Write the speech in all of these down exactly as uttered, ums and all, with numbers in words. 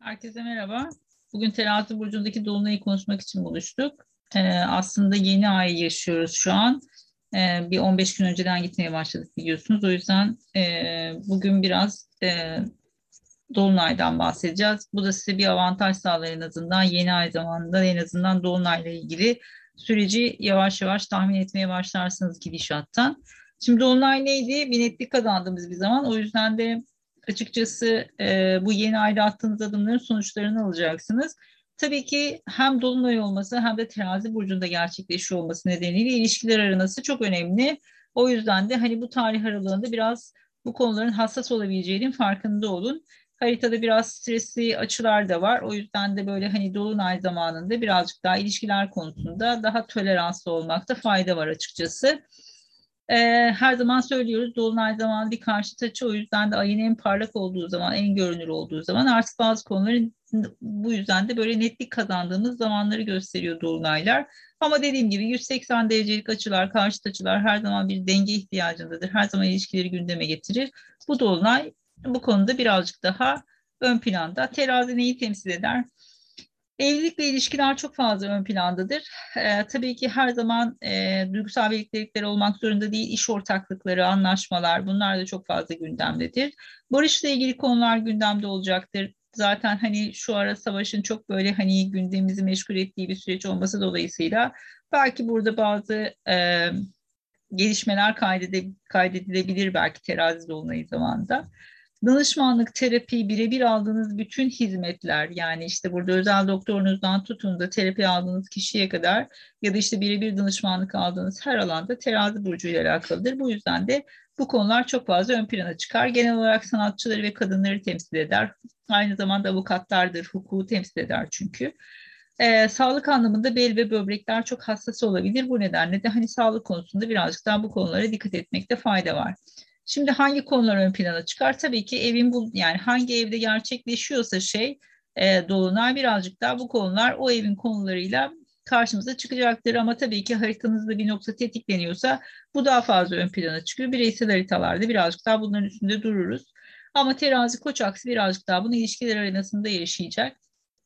Herkese merhaba. Bugün Terazi burcundaki dolunayı konuşmak için buluştuk. Ee, aslında yeni ay yaşıyoruz şu an. Ee, bir on beş gün önceden gitmeye başladık biliyorsunuz. O yüzden e, bugün biraz e, dolunaydan bahsedeceğiz. Bu da size bir avantaj sağlar en azından. Yeni ay zamanında en azından dolunayla ilgili süreci yavaş yavaş tahmin etmeye başlarsınız gidişattan. Şimdi dolunay neydi? Bir netlik kazandığımız bir zaman. O yüzden de açıkçası e, bu yeni ayda attığınız adımların sonuçlarını alacaksınız. Tabii ki hem dolunay olması hem de terazi burcunda gerçekleşiyor olması nedeniyle ilişkiler aranası çok önemli. O yüzden de hani bu tarih aralığında biraz bu konuların hassas olabileceğinin farkında olun. Haritada biraz stresli açılar da var. O yüzden de böyle hani dolunay zamanında birazcık daha ilişkiler konusunda daha toleranslı olmakta fayda var açıkçası. Ee, her zaman söylüyoruz dolunay zamanı bir karşıt açı, o yüzden de ayın en parlak olduğu zaman, en görünür olduğu zaman artık bazı konuların bu yüzden de böyle netlik kazandığımız zamanları gösteriyor dolunaylar. Ama dediğim gibi yüz seksen derecelik açılar, karşıt açılar her zaman bir denge ihtiyacındadır. Her zaman ilişkileri gündeme getirir. Bu dolunay bu konuda birazcık daha ön planda. Terazi neyi temsil eder? Evlilik ve ilişkiler çok fazla ön plandadır. Ee, tabii ki her zaman e, duygusal birliktelikler olmak zorunda değil. İş ortaklıkları, anlaşmalar bunlar da çok fazla gündemdedir. Barışla ilgili konular gündemde olacaktır. Zaten hani şu ara savaşın çok böyle hani gündemimizi meşgul ettiği bir süreç olması dolayısıyla belki burada bazı e, gelişmeler kaydede, kaydedilebilir belki terazi dolunayı zamanında. Danışmanlık, terapi, birebir aldığınız bütün hizmetler yani işte burada özel doktorunuzdan tutun da terapi aldığınız kişiye kadar ya da işte birebir danışmanlık aldığınız her alanda terazi burcu ile alakalıdır. Bu yüzden de bu konular çok fazla ön plana çıkar. Genel olarak sanatçıları ve kadınları temsil eder. Aynı zamanda avukatlardır, hukuku temsil eder çünkü. Ee, sağlık anlamında bel ve böbrekler çok hassas olabilir. Bu nedenle de hani sağlık konusunda birazcık daha bu konulara dikkat etmekte fayda var. Şimdi hangi konular ön plana çıkar? Tabii ki evin bu yani hangi evde gerçekleşiyorsa şey e, dolunay birazcık daha bu konular o evin konularıyla karşımıza çıkacaktır. Ama tabii ki haritanızda bir nokta tetikleniyorsa bu daha fazla ön plana çıkıyor. Bireysel haritalarda birazcık daha bunların üstünde dururuz. Ama terazi koç aksi birazcık daha bunu ilişkiler arenasında yaşayacak.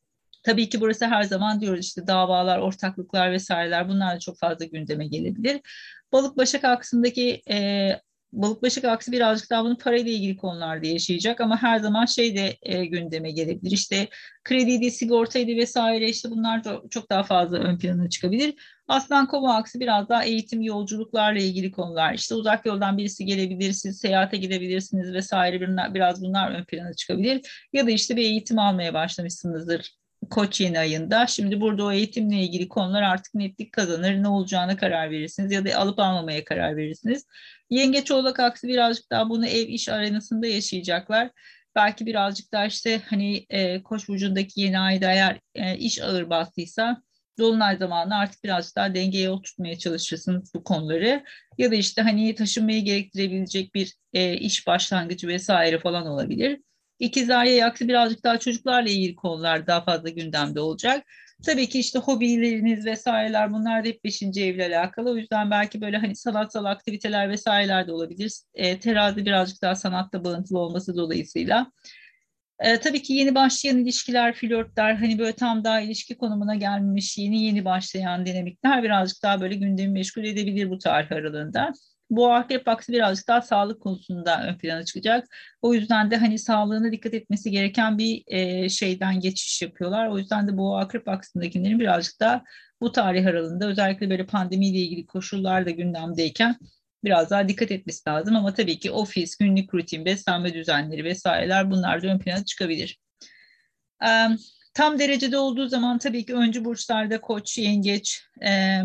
Tabii ki burası her zaman diyoruz işte davalar, ortaklıklar vesaireler bunlar da çok fazla gündeme gelebilir. Balık Başak aksındaki e, Balık Başak aksı birazcık daha bunu parayla ilgili konularda yaşayacak ama her zaman şey de e, gündeme gelebilir. İşte krediydi, sigortaydı vesaire işte bunlar da çok daha fazla ön plana çıkabilir. Aslan Kova aksı biraz daha eğitim, yolculuklarla ilgili konular. İşte uzak yoldan birisi gelebilir, siz seyahate gidebilirsiniz vesaire biraz bunlar ön plana çıkabilir. Ya da işte bir eğitim almaya başlamışsınızdır Koç yeni ayında. Şimdi burada o eğitimle ilgili konular artık netlik kazanır. Ne olacağına karar verirsiniz ya da alıp almamaya karar verirsiniz. Yengeç Oğlak aksi birazcık daha bunu ev iş arenasında yaşayacaklar. Belki birazcık daha işte hani e, Koç burcundaki yeni ayda eğer e, iş ağır bastıysa dolunay zamanı artık birazcık daha dengeye oturtmaya çalışırsınız bu konuları. Ya da işte hani taşınmayı gerektirebilecek bir e, iş başlangıcı vesaire falan olabilir. İkizler Yay aksi birazcık daha çocuklarla ilgili konular daha fazla gündemde olacak. Tabii ki işte hobileriniz vesaireler bunlar da hep beşinci evle alakalı. O yüzden belki böyle hani sanatsal aktiviteler vesaireler de olabilir. E, terazi birazcık daha sanatta bağıntılı olması dolayısıyla. E, tabii ki yeni başlayan ilişkiler, flörtler hani böyle tam daha ilişki konumuna gelmemiş yeni yeni başlayan dinamikler birazcık daha böyle gündemi meşgul edebilir bu tarih aralığında. Bu akrep aksi birazcık daha sağlık konusunda ön plana çıkacak. O yüzden de hani sağlığına dikkat etmesi gereken bir e, şeyden geçiş yapıyorlar. O yüzden de bu akrep aksındakilerin birazcık daha bu tarih aralığında özellikle böyle pandemiyle ilgili koşullar da gündemdeyken biraz daha dikkat etmesi lazım ama tabii ki ofis, günlük rutin, beslenme düzenleri vesaireler bunlar da ön plana çıkabilir. Ee, Tam derecede olduğu zaman tabii ki öncü burçlarda Koç, Yengeç, e,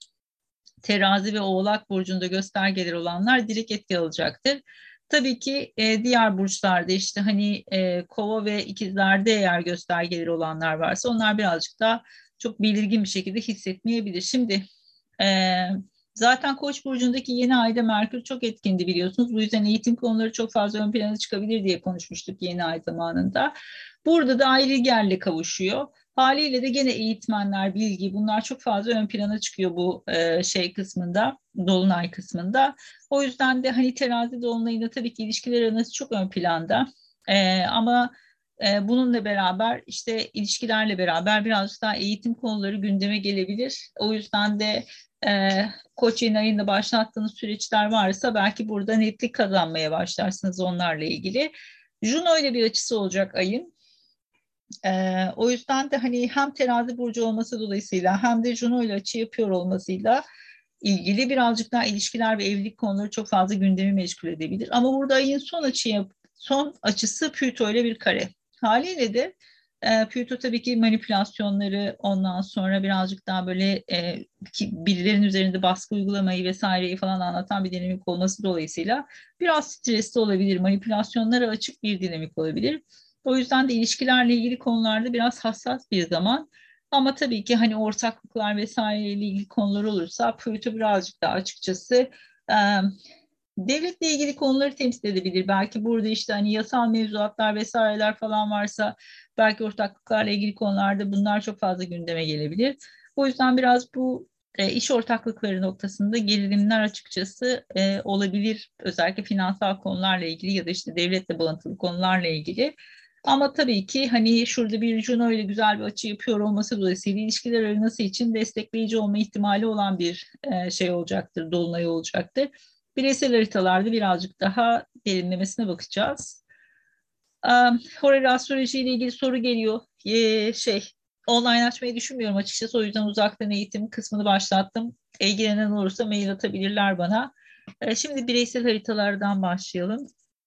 Terazi ve Oğlak burcunda göstergeleri olanlar direkt etki alacaktır. Tabii ki e, diğer burçlarda işte hani e, Kova ve İkizlerde eğer göstergeleri olanlar varsa onlar birazcık daha çok belirgin bir şekilde hissetmeyebilir. Şimdi e, zaten Koç burcundaki yeni ayda Merkür çok etkindi biliyorsunuz. Bu yüzden eğitim konuları çok fazla ön plana çıkabilir diye konuşmuştuk yeni ay zamanında. Burada da ayrı kavuşuyor. Haliyle de gene eğitmenler, bilgi bunlar çok fazla ön plana çıkıyor bu e, şey kısmında, dolunay kısmında. O yüzden de hani terazi dolunayında tabii ki ilişkiler arası çok ön planda. E, ama E, bununla beraber işte ilişkilerle beraber birazcık daha eğitim konuları gündeme gelebilir. O yüzden de e, Koç yeni ayında başlattığınız süreçler varsa belki burada netlik kazanmaya başlarsınız onlarla ilgili. Juno ile bir açısı olacak ayın. Ee, o yüzden de hani hem terazi burcu olması dolayısıyla hem de Juno ile açı yapıyor olmasıyla ilgili birazcık daha ilişkiler ve evlilik konuları çok fazla gündemi meşgul edebilir. Ama burada ayın son açı son açısı Plüto ile bir kare. Haliyle de e, Plüto tabii ki manipülasyonları ondan sonra birazcık daha böyle e, ki birilerinin üzerinde baskı uygulamayı vesaireyi falan anlatan bir dinamik olması dolayısıyla biraz stresli olabilir. Manipülasyonlara açık bir dinamik olabilir. O yüzden de ilişkilerle ilgili konularda biraz hassas bir zaman. Ama tabii ki hani ortaklıklar vesaireyle ilgili konular olursa Plüto birazcık daha açıkçası e, devletle ilgili konuları temsil edebilir. Belki burada işte hani yasal mevzuatlar vesaireler falan varsa belki ortaklıklarla ilgili konularda bunlar çok fazla gündeme gelebilir. O yüzden biraz bu e, iş ortaklıkları noktasında gerilimler açıkçası e, olabilir. Özellikle finansal konularla ilgili ya da işte devletle bağlantılı konularla ilgili. Ama tabii ki hani şurada bir Juno ile güzel bir açı yapıyor olması dolayısıyla ilişkiler aranası için destekleyici olma ihtimali olan bir e, şey olacaktır, dolunay olacaktır. Bireysel haritalarda birazcık daha derinlemesine bakacağız. Um, Horary astroloji ile ilgili soru geliyor. Ee, şey, online açmayı düşünmüyorum açıkçası. O yüzden uzaktan eğitim kısmını başlattım. İlgilenen olursa mail atabilirler bana. Ee, şimdi bireysel haritalardan başlayalım.